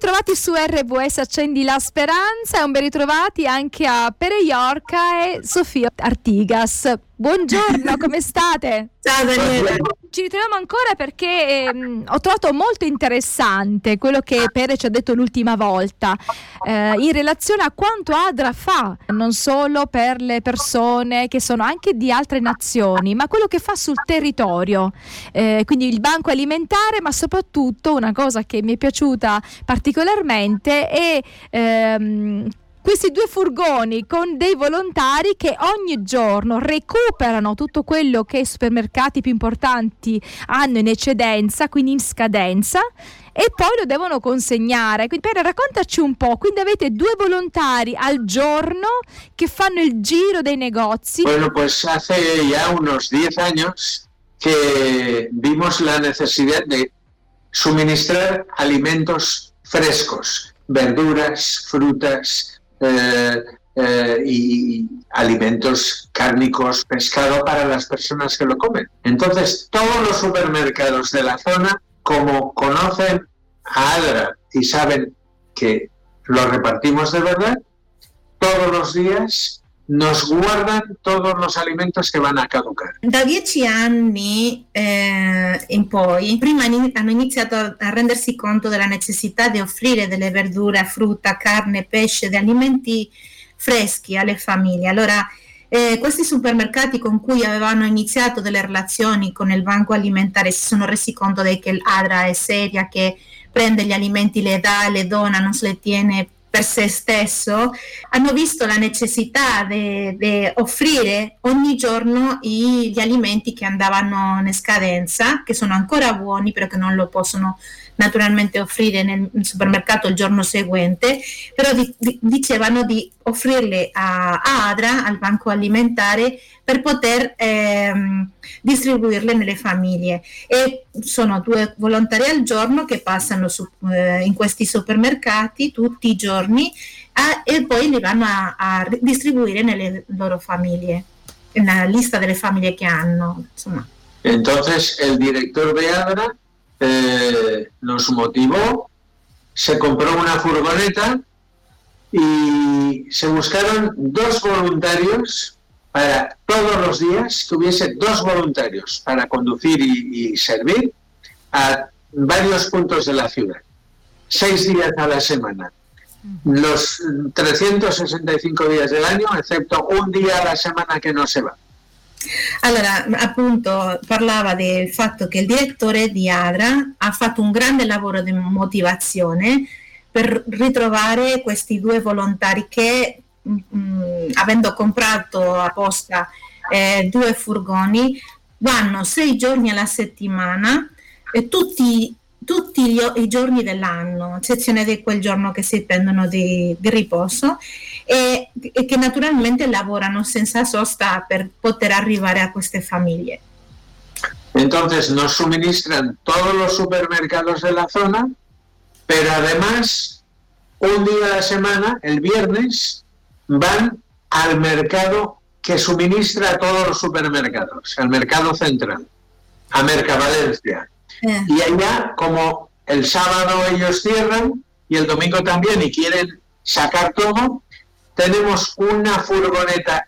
ritrovati su RWS Accendi la Speranza e un ben ritrovati anche a Pere Iorca e Sofia Artigas. Buongiorno, come state? Ciao Daniele. Ci ritroviamo ancora perché ho trovato molto interessante quello che Pere ci ha detto l'ultima volta in relazione a quanto ADRA fa, non solo per le persone che sono anche di altre nazioni, ma quello che fa sul territorio, quindi il banco alimentare, ma soprattutto una cosa che mi è piaciuta particolarmente è questi 2 furgoni con dei volontari che ogni giorno recuperano tutto quello che i supermercati più importanti hanno in eccedenza, quindi in scadenza, e poi lo devono consegnare. Quindi Pere, raccontaci un po', quindi avete 2 volontari al giorno che fanno il giro dei negozi. Bueno, pues hace ya unos 10 años que vimos la necesidad de suministrar alimentos frescos, verduras, frutas, y alimentos cárnicos, pescado para las personas que lo comen. Entonces, todos los supermercados de la zona, como conocen a ADRA y saben que lo repartimos de verdad, todos los días nos guardan todos los alimentos che vanno a caducare. Da 10 anni in poi, prima hanno iniziato a rendersi conto della necessità di offrire delle verdure, frutta, carne, pesce, degli alimenti freschi alle famiglie. Allora, questi supermercati con cui avevano iniziato delle relazioni con il banco alimentare si sono resi conto che l'ADRA è seria, che prende gli alimenti, le dà, le dona, non se le tiene per se stesso, hanno visto la necessità di offrire ogni giorno gli alimenti che andavano in scadenza, che sono ancora buoni, però che non lo possono naturalmente offrire nel supermercato il giorno seguente, però dicevano di offrirle a ADRA, al banco alimentare, per poter distribuirle nelle famiglie. E sono 2 volontari al giorno che passano in questi supermercati tutti i giorni e poi li vanno a distribuire nelle loro famiglie, nella lista delle famiglie che hanno, insomma. Entonces el director de ADRA nos motivó, se compró una furgoneta y se buscaron 2 voluntarios para todos los días, que hubiese 2 voluntarios para conducir y servir a varios puntos de la ciudad, 6 días a la semana, los 365 días del año, excepto un día a la semana che non se va. Allora, appunto, parlava del fatto che il direttore di ADRA ha fatto un grande lavoro di motivazione per ritrovare questi 2 volontari che, avendo comprato apposta 2 furgoni, vanno 6 giorni alla settimana, tutti i giorni dell'anno, a eccezione di quel giorno che si prendono di riposo, e che naturalmente lavorano senza sosta per poter arrivare a queste famiglie. Entonces nos suministran todos los supermercados de la zona, pero además un día a la semana, el viernes, van al mercado que suministra a todos los supermercados, al mercado central, a Mercavalencia. Y allá, como el sábado ellos cierran y el domingo también y quieren sacar todo, tenemos una furgoneta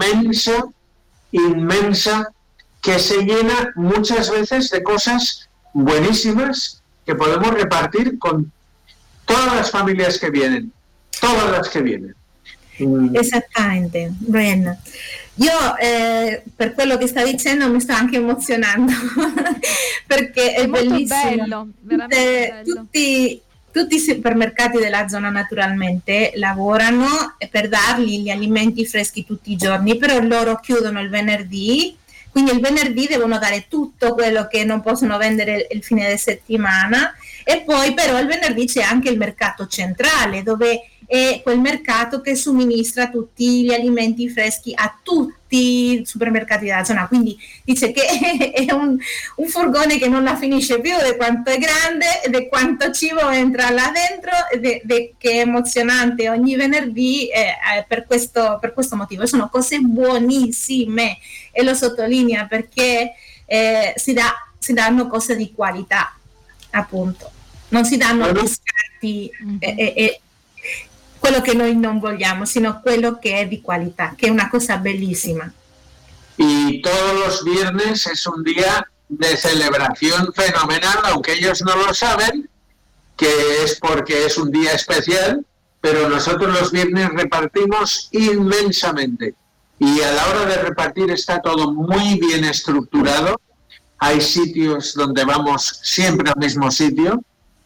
inmensa, que se llena muchas veces de cosas buenísimas que podemos repartir con todas las familias que vienen, todas las que vienen. Esattamente, Brian. Io per quello che sta dicendo mi sto anche emozionando perché è bellissimo. Bello, bello. Tutti i supermercati della zona naturalmente lavorano per dargli gli alimenti freschi tutti i giorni, però loro chiudono il venerdì, quindi il venerdì devono dare tutto quello che non possono vendere il fine settimana, e poi però il venerdì c'è anche il mercato centrale, dove è quel mercato che somministra tutti gli alimenti freschi a tutti i supermercati della zona. Quindi dice che è un furgone che non la finisce più di quanto è grande e di quanto cibo entra là dentro, che è emozionante ogni venerdì per questo motivo. Sono cose buonissime e lo sottolinea perché si danno cose di qualità, appunto. non si danno gli scarti quello che noi non vogliamo, sino quello che è di qualità, che è una cosa bellísima. Y todos los viernes es un día de celebración fenomenal, aunque ellos no lo saben, que es porque es un día especial, pero nosotros los viernes repartimos inmensamente. Y a la hora de repartir está todo muy bien estructurado. Hay sitios donde vamos siempre al mismo sitio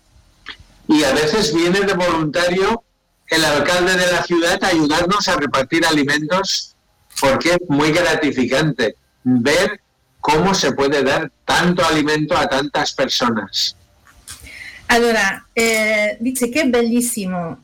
y a veces viene de voluntario el alcalde de la ciudad a ayudarnos a repartir alimentos, porque es muy gratificante ver cómo se puede dar tanto alimento a tantas personas. Allora, dice che è bellissimo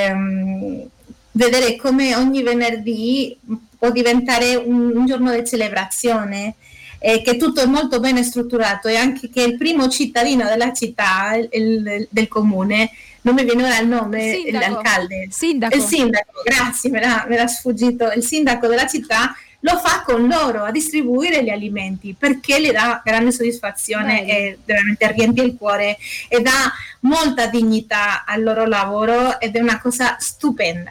vedere come ogni venerdì può diventare un giorno di celebrazione, che tutto è molto ben strutturato e anche che il primo cittadino della città, del comune, non mi viene ora il nome, l'alcalde, il sindaco, grazie, me l'ha sfuggito, il sindaco della città lo fa con loro a distribuire gli alimenti, perché le dà grande soddisfazione e veramente riempie il cuore e dà molta dignità al loro lavoro ed è una cosa stupenda.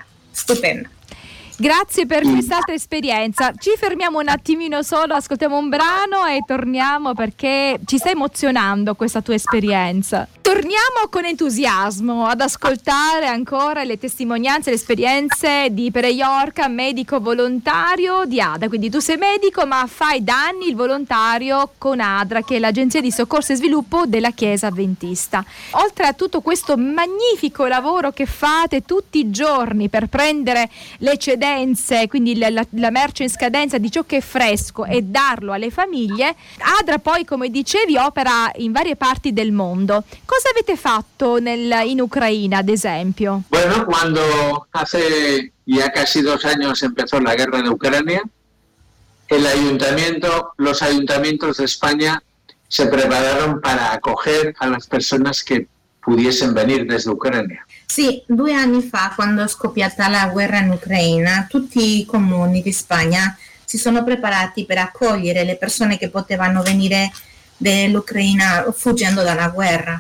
Grazie per quest'altra esperienza. Ci fermiamo un attimino solo, ascoltiamo un brano e torniamo, perché ci sta emozionando questa tua esperienza. Torniamo con entusiasmo ad ascoltare ancora le testimonianze, le esperienze di Pere Iorca, medico volontario di ADRA. Quindi tu sei medico, ma fai da anni il volontario con ADRA, che è l'Agenzia di Soccorso e Sviluppo della Chiesa Adventista. Oltre a tutto questo magnifico lavoro che fate tutti i giorni per prendere le eccedenze, quindi la merce in scadenza di ciò che è fresco e darlo alle famiglie, ADRA poi, come dicevi, opera in varie parti del mondo. Cosa avete fatto in Ucraina, ad esempio? Bueno, cuando hace ya casi 2 años empezó la guerra de Ucrania, los ayuntamientos de España se prepararon para acoger a las personas que pudiesen venir desde Ucrania. Sì, 2 anni fa, quando è scoppiata la guerra in Ucraina, tutti i comuni di Spagna si sono preparati per accogliere le persone che potevano venire dell'Ucraina fuggendo dalla guerra.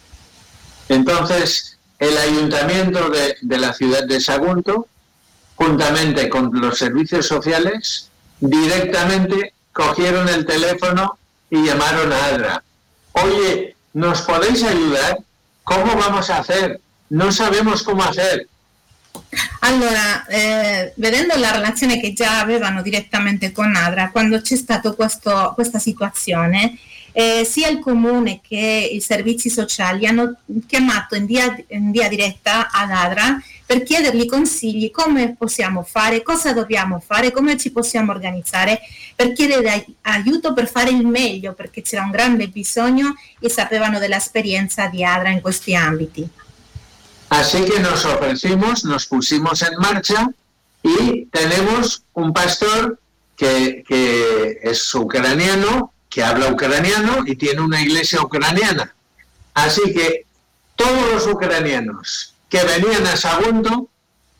Entonces, el ayuntamiento de la ciudad de Sagunto, juntamente con los servicios sociales, directamente cogieron el teléfono y llamaron a ADRA. Oye, ¿nos podéis ayudar? ¿Cómo vamos a hacer? No sabemos cómo hacer. Allora, vedendo la relazione che già avevano direttamente con ADRA, quando c'è stata questa situazione, sia il comune che i servizi sociali hanno chiamato in via diretta ad ADRA per chiedergli consigli: come possiamo fare, cosa dobbiamo fare, come ci possiamo organizzare, per chiedere aiuto per fare il meglio, perché c'era un grande bisogno e sapevano dell'esperienza di ADRA in questi ambiti. Así que nos ofrecimos, nos pusimos en marcha y tenemos un pastor que es ucraniano, que habla ucraniano y tiene una iglesia ucraniana. Así que todos los ucranianos que venían a Sagunto,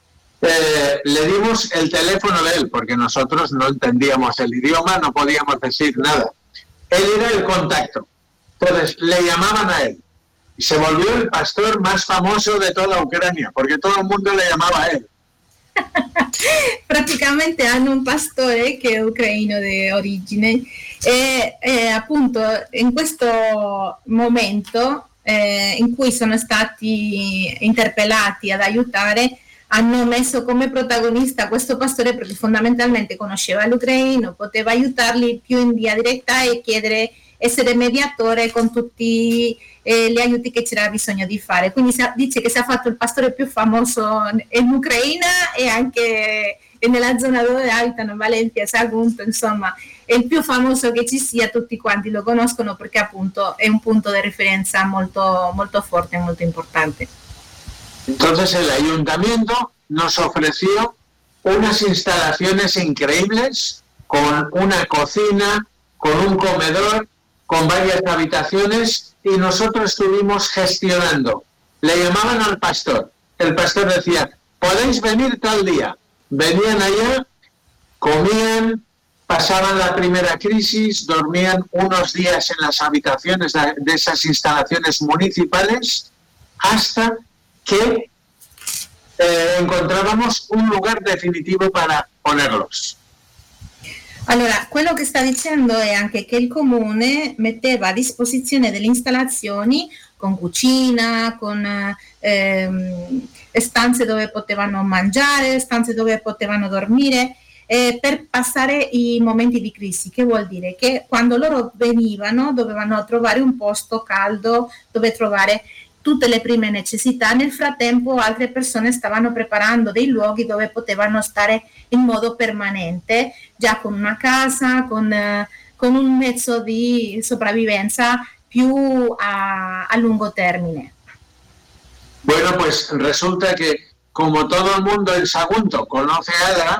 le dimos el teléfono de él, porque nosotros no entendíamos el idioma, no podíamos decir nada. Él era el contacto. Entonces le llamaban a él. Y se volvió el pastor más famoso de toda Ucrania, porque todo el mundo le llamaba a él. Praticamente hanno un pastore che è ucraino di origine e appunto in questo momento in cui sono stati interpellati ad aiutare, hanno messo come protagonista questo pastore, perché fondamentalmente conosceva l'ucraino, poteva aiutarli più in via diretta e essere mediatore con tutti gli aiuti che c'era bisogno di fare. Quindi dice che si è fatto il pastore più famoso in Ucraina e anche nella zona dove abitano, Valencia, Sagunto, insomma è il più famoso che ci sia, tutti quanti lo conoscono perché appunto è un punto di referenza molto, molto forte, molto importante. Entonces el ayuntamiento nos ofreció unas instalaciones increíbles con una cocina, con un comedor, con varias habitaciones, y nosotros estuvimos gestionando. Le llamaban al pastor. El pastor decía: podéis venir tal día. Venían allá, comían, pasaban la primera crisis, dormían unos días en las habitaciones de esas instalaciones municipales hasta che encontravamo un lugar definitivo para ponerlos. Allora, quello che sta dicendo è anche che il comune metteva a disposizione delle installazioni con cucina, con stanze dove potevano mangiare, stanze dove potevano dormire, per passare i momenti di crisi, che vuol dire che quando loro venivano dovevano trovare un posto caldo dove trovare tutte le prime necessità. Nel frattempo altre persone stavano preparando dei luoghi dove potevano stare in modo permanente, già con una casa, con un mezzo di sopravvivenza più a lungo termine. Bueno, pues resulta que como todo el mundo en Sagunto conoce Adra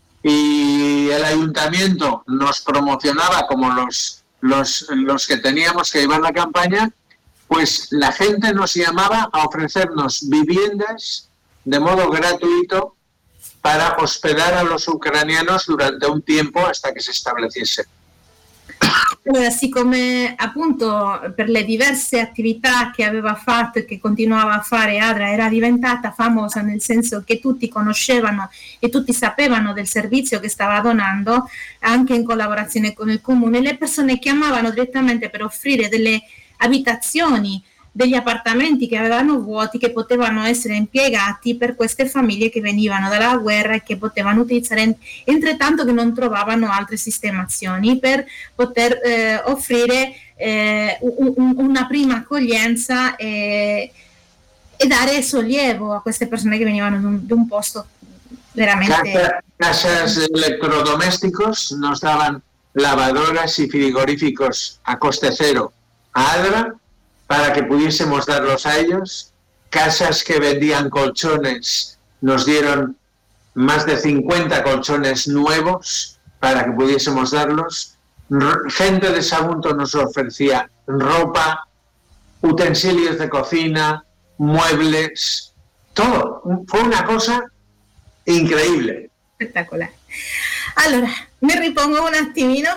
y el ayuntamiento nos promocionaba como los que teníamos que llevar la campaña, pues la gente nos llamaba a ofrecernos viviendas de modo gratuito para hospedar a los ucranianos durante un tiempo hasta che si estableciese. Allora, siccome appunto per le diverse attività che aveva fatto e che continuava a fare, Adra era diventata famosa nel senso che tutti conoscevano e tutti sapevano del servizio che stava donando, anche in collaborazione con il comune, le persone chiamavano direttamente per offrire delle abitazioni, degli appartamenti che avevano vuoti, che potevano essere impiegati per queste famiglie che venivano dalla guerra e che potevano utilizzare entretanto che non trovavano altre sistemazioni, per poter offrire una prima accoglienza e dare sollievo a queste persone che venivano da un posto veramente... Casas de electrodomésticos, nos daban lavadoras y frigoríficos a coste cero a Adra para que pudiésemos darlos a ellos. Casas que vendían colchones, nos dieron más de 50 colchones nuevos para que pudiésemos darlos. Gente de Sagunto nos ofrecía ropa, utensilios de cocina, muebles, todo. Fue una cosa increíble. Spettacolare. Allora, mi ripongo un attimino.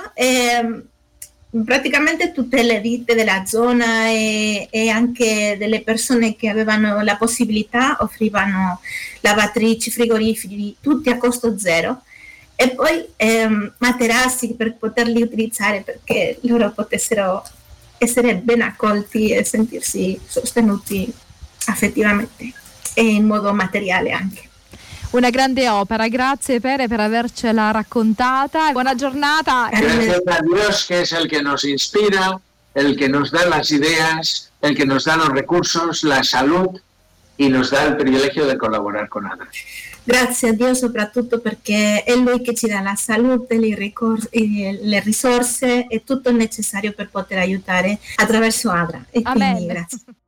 Praticamente tutte le ditte della zona e anche delle persone che avevano la possibilità offrivano lavatrici, frigoriferi, tutti a costo zero, e poi materassi per poterli utilizzare perché loro potessero essere ben accolti e sentirsi sostenuti affettivamente e in modo materiale anche. Una grande opera, grazie Pere per avercela raccontata, buona giornata. Gracias a Dios, que es el que nos inspira, el que nos da las ideas, el que nos da los recursos, la salud y nos da il privilegio di collaborare con Adra. Grazie a Dio soprattutto perché è Lui che ci dà la salute, le risorse e tutto il necessario per poter aiutare attraverso Adra. E quindi grazie.